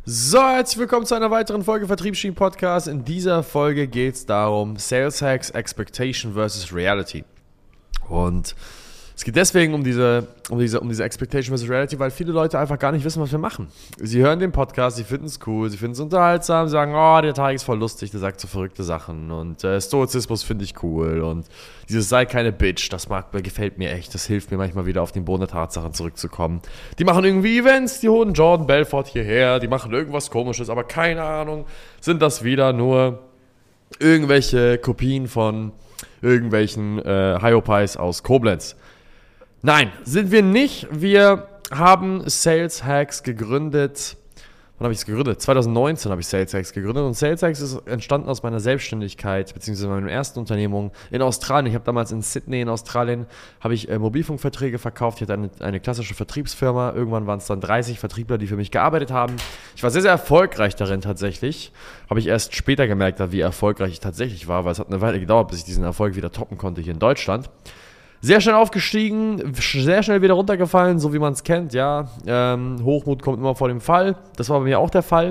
So, herzlich willkommen zu einer weiteren Folge Vertriebsschienen Podcast. In dieser Folge geht es darum, Sales Hacks, Expectation versus Reality. Und es geht deswegen um diese Expectation versus Reality, weil viele Leute einfach gar nicht wissen, was wir machen. Sie hören den Podcast, sie finden es cool, sie finden es unterhaltsam, sagen, oh, der Tag ist voll lustig, der sagt so verrückte Sachen und Stoizismus finde ich cool und dieses sei keine Bitch, das gefällt mir echt, das hilft mir manchmal wieder auf den Boden der Tatsachen zurückzukommen. Die machen irgendwie Events, die holen Jordan Belfort hierher, die machen irgendwas Komisches, aber keine Ahnung, sind das wieder nur irgendwelche Kopien von irgendwelchen Hyopies aus Koblenz. Nein, sind wir nicht. Wir haben Sales Hacks gegründet. Wann habe ich es gegründet? 2019 habe ich Sales Hacks gegründet. Und Sales Hacks ist entstanden aus meiner Selbstständigkeit, beziehungsweise meiner ersten Unternehmung in Australien. Ich habe damals in Sydney in Australien Mobilfunkverträge verkauft. Ich hatte eine klassische Vertriebsfirma. Irgendwann waren es dann 30 Vertriebler, die für mich gearbeitet haben. Ich war sehr, sehr erfolgreich darin tatsächlich. Habe ich erst später gemerkt, wie erfolgreich ich tatsächlich war, weil es hat eine Weile gedauert, bis ich diesen Erfolg wieder toppen konnte hier in Deutschland. Sehr schnell aufgestiegen, sehr schnell wieder runtergefallen, so wie man es kennt, ja. Hochmut kommt immer vor dem Fall. Das war bei mir auch der Fall.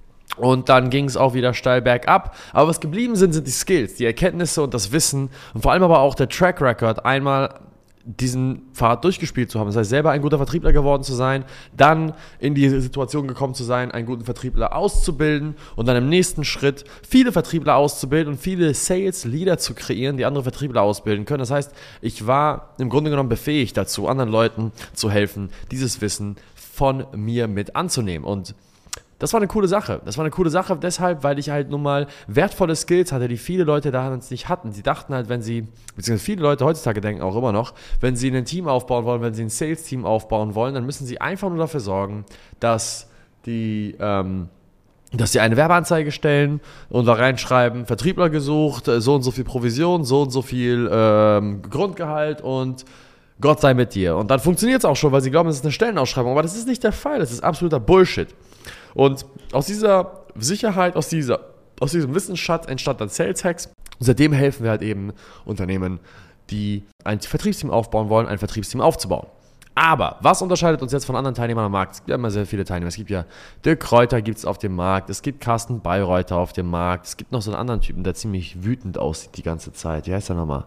Und dann ging es auch wieder steil bergab. Aber was geblieben sind die Skills, die Erkenntnisse und das Wissen und vor allem aber auch der Track Record, einmal diesen Pfad durchgespielt zu haben. Das heißt, selber ein guter Vertriebler geworden zu sein, dann in die Situation gekommen zu sein, einen guten Vertriebler auszubilden und dann im nächsten Schritt viele Vertriebler auszubilden und viele Sales Leader zu kreieren, die andere Vertriebler ausbilden können. Das heißt, ich war im Grunde genommen befähigt dazu, anderen Leuten zu helfen, dieses Wissen von mir mit anzunehmen. Und das war eine coole Sache. Das war eine coole Sache deshalb, weil ich halt nun mal wertvolle Skills hatte, die viele Leute damals nicht hatten. Sie dachten halt, beziehungsweise viele Leute heutzutage denken auch immer noch, wenn sie ein Team aufbauen wollen, wenn sie ein Sales-Team aufbauen wollen, dann müssen sie einfach nur dafür sorgen, dass sie eine Werbeanzeige stellen und da reinschreiben, Vertriebler gesucht, so und so viel Provision, so und so viel Grundgehalt und Gott sei mit dir. Und dann funktioniert es auch schon, weil sie glauben, es ist eine Stellenausschreibung. Aber das ist nicht der Fall. Das ist absoluter Bullshit. Und aus dieser Sicherheit, aus diesem Wissensschatz entstand dann Sales Hacks. Und seitdem helfen wir halt eben Unternehmen, die ein Vertriebsteam aufbauen wollen, ein Vertriebsteam aufzubauen. Aber was unterscheidet uns jetzt von anderen Teilnehmern am Markt? Es gibt ja immer sehr viele Teilnehmer. Es gibt ja Dirk Kräuter gibt's auf dem Markt, es gibt Carsten Bayreuther auf dem Markt, es gibt noch so einen anderen Typen, der ziemlich wütend aussieht die ganze Zeit. Wie heißt der nochmal?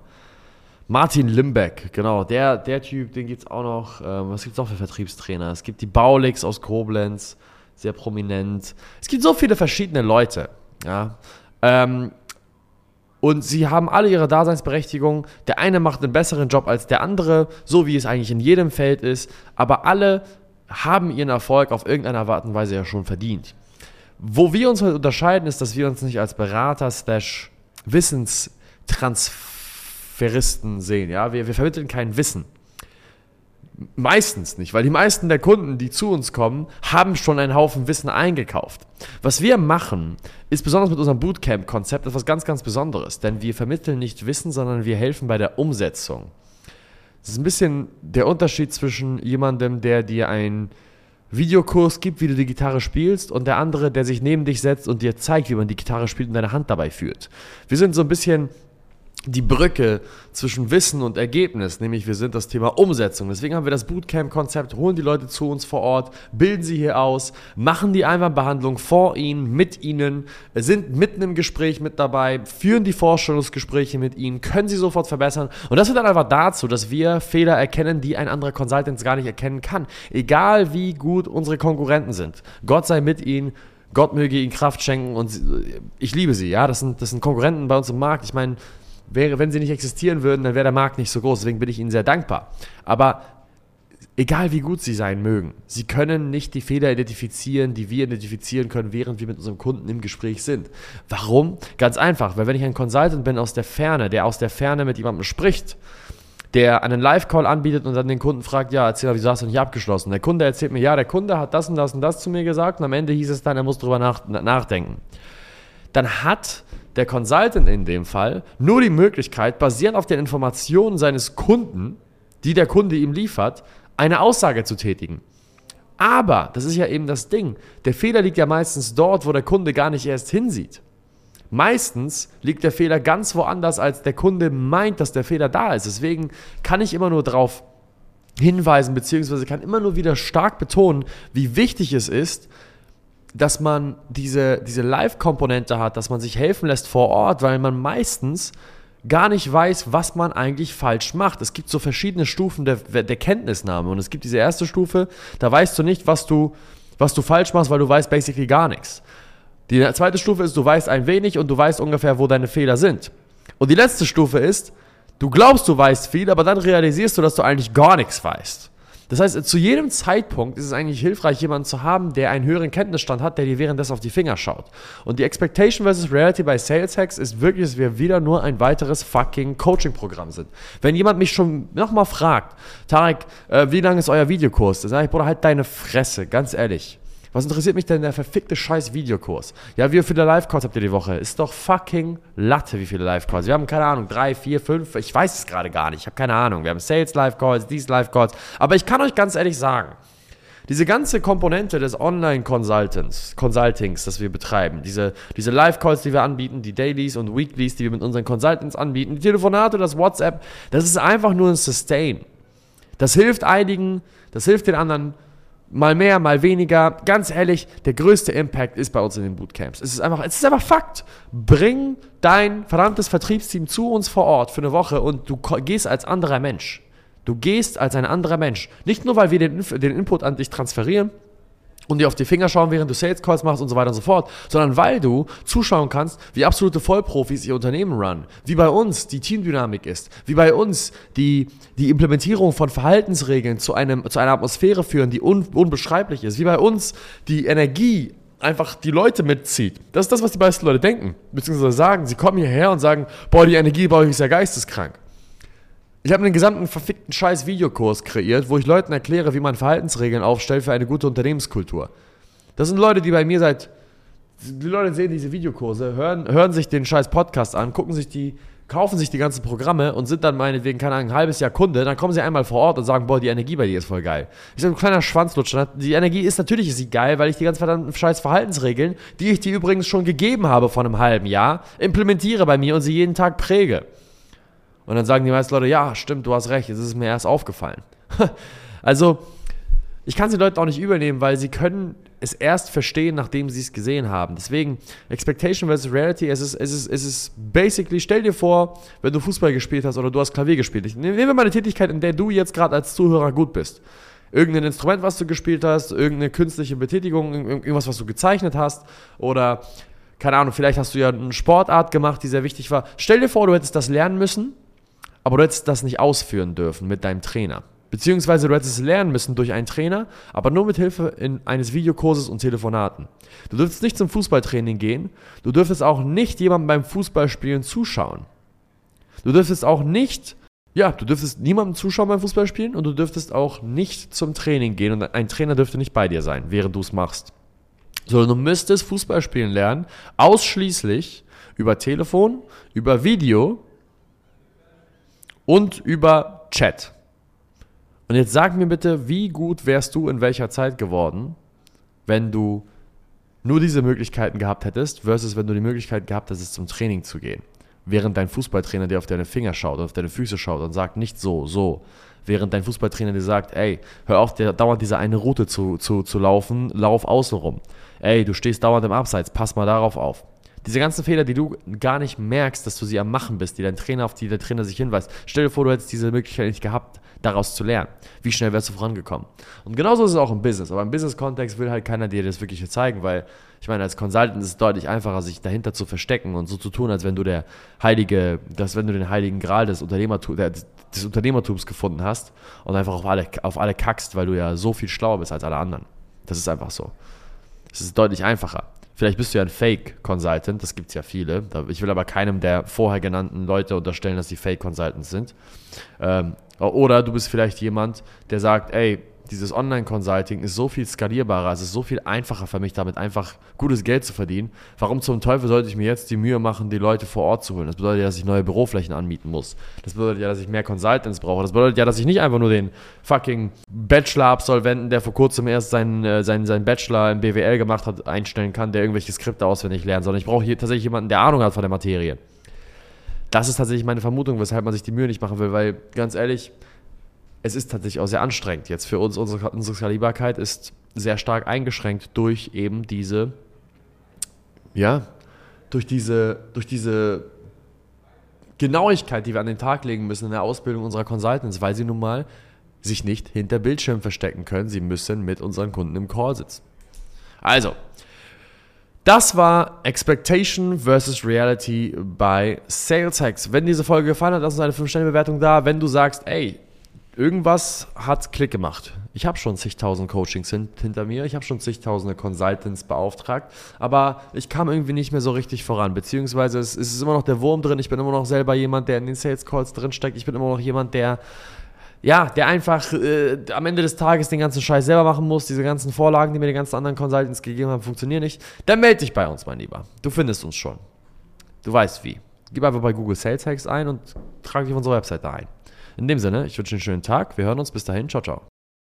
Martin Limbeck, genau, der Typ, den gibt es auch noch. Was gibt es noch für Vertriebstrainer? Es gibt die Baulix aus Koblenz, sehr prominent. Es gibt so viele verschiedene Leute, ja. Und sie haben alle ihre Daseinsberechtigung. Der eine macht einen besseren Job als der andere, so wie es eigentlich in jedem Feld ist. Aber alle haben ihren Erfolg auf irgendeine Art und Weise ja schon verdient. Wo wir uns halt unterscheiden, ist, dass wir uns nicht als Berater / Wissenstransferisten sehen. Ja? Wir vermitteln kein Wissen. Meistens nicht, weil die meisten der Kunden, die zu uns kommen, haben schon einen Haufen Wissen eingekauft. Was wir machen, ist besonders mit unserem Bootcamp-Konzept etwas ganz, ganz Besonderes, denn wir vermitteln nicht Wissen, sondern wir helfen bei der Umsetzung. Das ist ein bisschen der Unterschied zwischen jemandem, der dir einen Videokurs gibt, wie du die Gitarre spielst, und der andere, der sich neben dich setzt und dir zeigt, wie man die Gitarre spielt und deine Hand dabei führt. Wir sind so ein bisschen die Brücke zwischen Wissen und Ergebnis, nämlich wir sind das Thema Umsetzung. Deswegen haben wir das Bootcamp-Konzept, holen die Leute zu uns vor Ort, bilden sie hier aus, machen die Einwandbehandlung vor ihnen, mit ihnen, sind mitten im Gespräch mit dabei, führen die Vorstellungsgespräche mit ihnen, können sie sofort verbessern. Und das führt dann einfach dazu, dass wir Fehler erkennen, die ein anderer Consultant gar nicht erkennen kann. Egal wie gut unsere Konkurrenten sind. Gott sei mit ihnen, Gott möge ihnen Kraft schenken und ich liebe sie. Ja, das sind Konkurrenten bei uns im Markt. Ich meine, wenn sie nicht existieren würden, dann wäre der Markt nicht so groß. Deswegen bin ich ihnen sehr dankbar. Aber egal wie gut sie sein mögen, sie können nicht die Fehler identifizieren, die wir identifizieren können, während wir mit unserem Kunden im Gespräch sind. Warum? Ganz einfach, weil wenn ich ein Consultant bin aus der Ferne, der aus der Ferne mit jemandem spricht, der einen Live-Call anbietet und dann den Kunden fragt, ja, erzähl mal, wieso hast du nicht abgeschlossen? Der Kunde erzählt mir, ja, der Kunde hat das und das und das zu mir gesagt und am Ende hieß es dann, er muss drüber nachdenken. Dann hat der Consultant in dem Fall nur die Möglichkeit, basierend auf den Informationen seines Kunden, die der Kunde ihm liefert, eine Aussage zu tätigen. Aber, das ist ja eben das Ding, der Fehler liegt ja meistens dort, wo der Kunde gar nicht erst hinsieht. Meistens liegt der Fehler ganz woanders, als der Kunde meint, dass der Fehler da ist. Deswegen kann ich immer nur darauf hinweisen, beziehungsweise kann immer nur wieder stark betonen, wie wichtig es ist, dass man diese Live-Komponente hat, dass man sich helfen lässt vor Ort, weil man meistens gar nicht weiß, was man eigentlich falsch macht. Es gibt so verschiedene Stufen der Kenntnisnahme und es gibt diese erste Stufe, da weißt du nicht, was du falsch machst, weil du weißt basically gar nichts. Die zweite Stufe ist, du weißt ein wenig und du weißt ungefähr, wo deine Fehler sind. Und die letzte Stufe ist, du glaubst, du weißt viel, aber dann realisierst du, dass du eigentlich gar nichts weißt. Das heißt, zu jedem Zeitpunkt ist es eigentlich hilfreich, jemanden zu haben, der einen höheren Kenntnisstand hat, der dir währenddessen auf die Finger schaut. Und die Expectation versus Reality bei Sales Hacks ist wirklich, dass wir wieder nur ein weiteres fucking Coaching-Programm sind. Wenn jemand mich schon nochmal fragt, Tarek, wie lange ist euer Videokurs? Dann sage ich, Bruder, halt deine Fresse, ganz ehrlich. Was interessiert mich denn der verfickte scheiß Videokurs? Ja, wie viele Live-Calls habt ihr die Woche? Ist doch fucking Latte, wie viele Live-Calls. Wir haben keine Ahnung, 3, 4, 5, ich weiß es gerade gar nicht, ich habe keine Ahnung. Wir haben Sales-Live-Calls, dies Live-Calls. Aber ich kann euch ganz ehrlich sagen, diese ganze Komponente des Online-Consultings, das wir betreiben, diese Live-Calls, die wir anbieten, die Dailies und Weeklies, die wir mit unseren Consultants anbieten, die Telefonate, das WhatsApp, das ist einfach nur ein Sustain. Das hilft einigen, das hilft den anderen, mal mehr, mal weniger. Ganz ehrlich, der größte Impact ist bei uns in den Bootcamps. Es ist einfach Fakt. Bring dein verdammtes Vertriebsteam zu uns vor Ort für eine Woche und du gehst als anderer Mensch. Du gehst als ein anderer Mensch. Nicht nur, weil wir den Input an dich transferieren und dir auf die Finger schauen, während du Sales Calls machst und so weiter und so fort, sondern weil du zuschauen kannst, wie absolute Vollprofis ihr Unternehmen runnen, wie bei uns die Teamdynamik ist, wie bei uns die Implementierung von Verhaltensregeln zu einer Atmosphäre führen, die unbeschreiblich ist, wie bei uns die Energie einfach die Leute mitzieht. Das ist das, was die meisten Leute denken, beziehungsweise sagen. Sie kommen hierher und sagen, boah, die Energie bei euch ist ja geisteskrank. Ich habe einen gesamten verfickten scheiß Videokurs kreiert, wo ich Leuten erkläre, wie man Verhaltensregeln aufstellt für eine gute Unternehmenskultur. Das sind Leute, die bei mir die Leute sehen diese Videokurse, hören sich den scheiß Podcast an, kaufen sich die ganzen Programme und sind dann meinetwegen, keine Ahnung, ein halbes Jahr Kunde, dann kommen sie einmal vor Ort und sagen, boah, die Energie bei dir ist voll geil. Ich sage, ein kleiner Schwanzlutscher, die Energie natürlich ist sie geil, weil ich die ganzen verdammten scheiß Verhaltensregeln, die ich dir übrigens schon gegeben habe vor einem halben Jahr, implementiere bei mir und sie jeden Tag präge. Und dann sagen die meisten Leute, ja, stimmt, du hast recht, jetzt ist es mir erst aufgefallen. Also, ich kann es den Leuten auch nicht übernehmen, weil sie können es erst verstehen, nachdem sie es gesehen haben. Deswegen, Expectation versus Reality, es ist basically, stell dir vor, wenn du Fußball gespielt hast oder du hast Klavier gespielt. Nehmen wir mal eine Tätigkeit, in der du jetzt gerade als Zuhörer gut bist. Irgendein Instrument, was du gespielt hast, irgendeine künstliche Betätigung, irgendwas, was du gezeichnet hast oder, keine Ahnung, vielleicht hast du ja eine Sportart gemacht, die sehr wichtig war. Stell dir vor, du hättest das lernen müssen, aber du hättest das nicht ausführen dürfen mit deinem Trainer. Beziehungsweise du hättest es lernen müssen durch einen Trainer, aber nur mit Hilfe eines Videokurses und Telefonaten. Du dürftest nicht zum Fußballtraining gehen, du dürftest auch nicht jemandem beim Fußballspielen zuschauen. Du dürftest niemandem zuschauen beim Fußballspielen und du dürftest auch nicht zum Training gehen und ein Trainer dürfte nicht bei dir sein, während du es machst. Sondern du müsstest Fußballspielen lernen, ausschließlich über Telefon, über Video und über Chat. Und jetzt sag mir bitte, wie gut wärst du in welcher Zeit geworden, wenn du nur diese Möglichkeiten gehabt hättest, versus wenn du die Möglichkeit gehabt hättest, zum Training zu gehen. Während dein Fußballtrainer dir auf deine Finger schaut, auf deine Füße schaut und sagt, nicht so. Während dein Fußballtrainer dir sagt, ey, hör auf, dauernd diese eine Route zu laufen, lauf außen rum. Ey, du stehst dauernd im Abseits, pass mal darauf auf. Diese ganzen Fehler, die du gar nicht merkst, dass du sie am Machen bist, auf die der Trainer sich hinweist. Stell dir vor, du hättest diese Möglichkeit nicht gehabt, daraus zu lernen. Wie schnell wärst du vorangekommen? Und genauso ist es auch im Business. Aber im Business-Kontext will halt keiner dir das Wirkliche zeigen, weil, ich meine, als Consultant ist es deutlich einfacher, sich dahinter zu verstecken und so zu tun, als wenn du den heiligen Gral des Unternehmertums gefunden hast und einfach auf alle kackst, weil du ja so viel schlauer bist als alle anderen. Das ist einfach so. Es ist deutlich einfacher. Vielleicht bist du ja ein Fake-Consultant, das gibt es ja viele. Ich will aber keinem der vorher genannten Leute unterstellen, dass die Fake-Consultants sind. Oder du bist vielleicht jemand, der sagt, ey, dieses Online-Consulting ist so viel skalierbarer, es ist so viel einfacher für mich, damit einfach gutes Geld zu verdienen. Warum zum Teufel sollte ich mir jetzt die Mühe machen, die Leute vor Ort zu holen? Das bedeutet ja, dass ich neue Büroflächen anmieten muss. Das bedeutet ja, dass ich mehr Consultants brauche. Das bedeutet ja, dass ich nicht einfach nur den fucking Bachelor-Absolventen, der vor kurzem erst seinen Bachelor im BWL gemacht hat, einstellen kann, der irgendwelche Skripte auswendig lernt, sondern ich brauche hier tatsächlich jemanden, der Ahnung hat von der Materie. Das ist tatsächlich meine Vermutung, weshalb man sich die Mühe nicht machen will, weil, ganz ehrlich, es ist tatsächlich auch sehr anstrengend. Jetzt für uns, unsere Skalierbarkeit ist sehr stark eingeschränkt durch eben diese Genauigkeit, die wir an den Tag legen müssen in der Ausbildung unserer Consultants, weil sie nun mal sich nicht hinter Bildschirm verstecken können. Sie müssen mit unseren Kunden im Call sitzen. Also, das war Expectation versus Reality bei Sales Hacks. Wenn diese Folge gefallen hat, lass uns eine 5-Sterne-Bewertung da. Wenn du sagst, ey, irgendwas hat Klick gemacht. Ich habe schon zigtausend Coachings hinter mir. Ich habe schon zigtausende Consultants beauftragt. Aber ich kam irgendwie nicht mehr so richtig voran. Beziehungsweise es ist immer noch der Wurm drin. Ich bin immer noch selber jemand, der in den Sales Calls drinsteckt. Ich bin immer noch jemand, der einfach am Ende des Tages den ganzen Scheiß selber machen muss. Diese ganzen Vorlagen, die mir die ganzen anderen Consultants gegeben haben, funktionieren nicht. Dann melde dich bei uns, mein Lieber. Du findest uns schon. Du weißt wie. Gib einfach bei Google Sales Hacks ein und trage dich auf unsere Webseite ein. In dem Sinne, ich wünsche dir einen schönen Tag. Wir hören uns. Bis dahin. Ciao, ciao.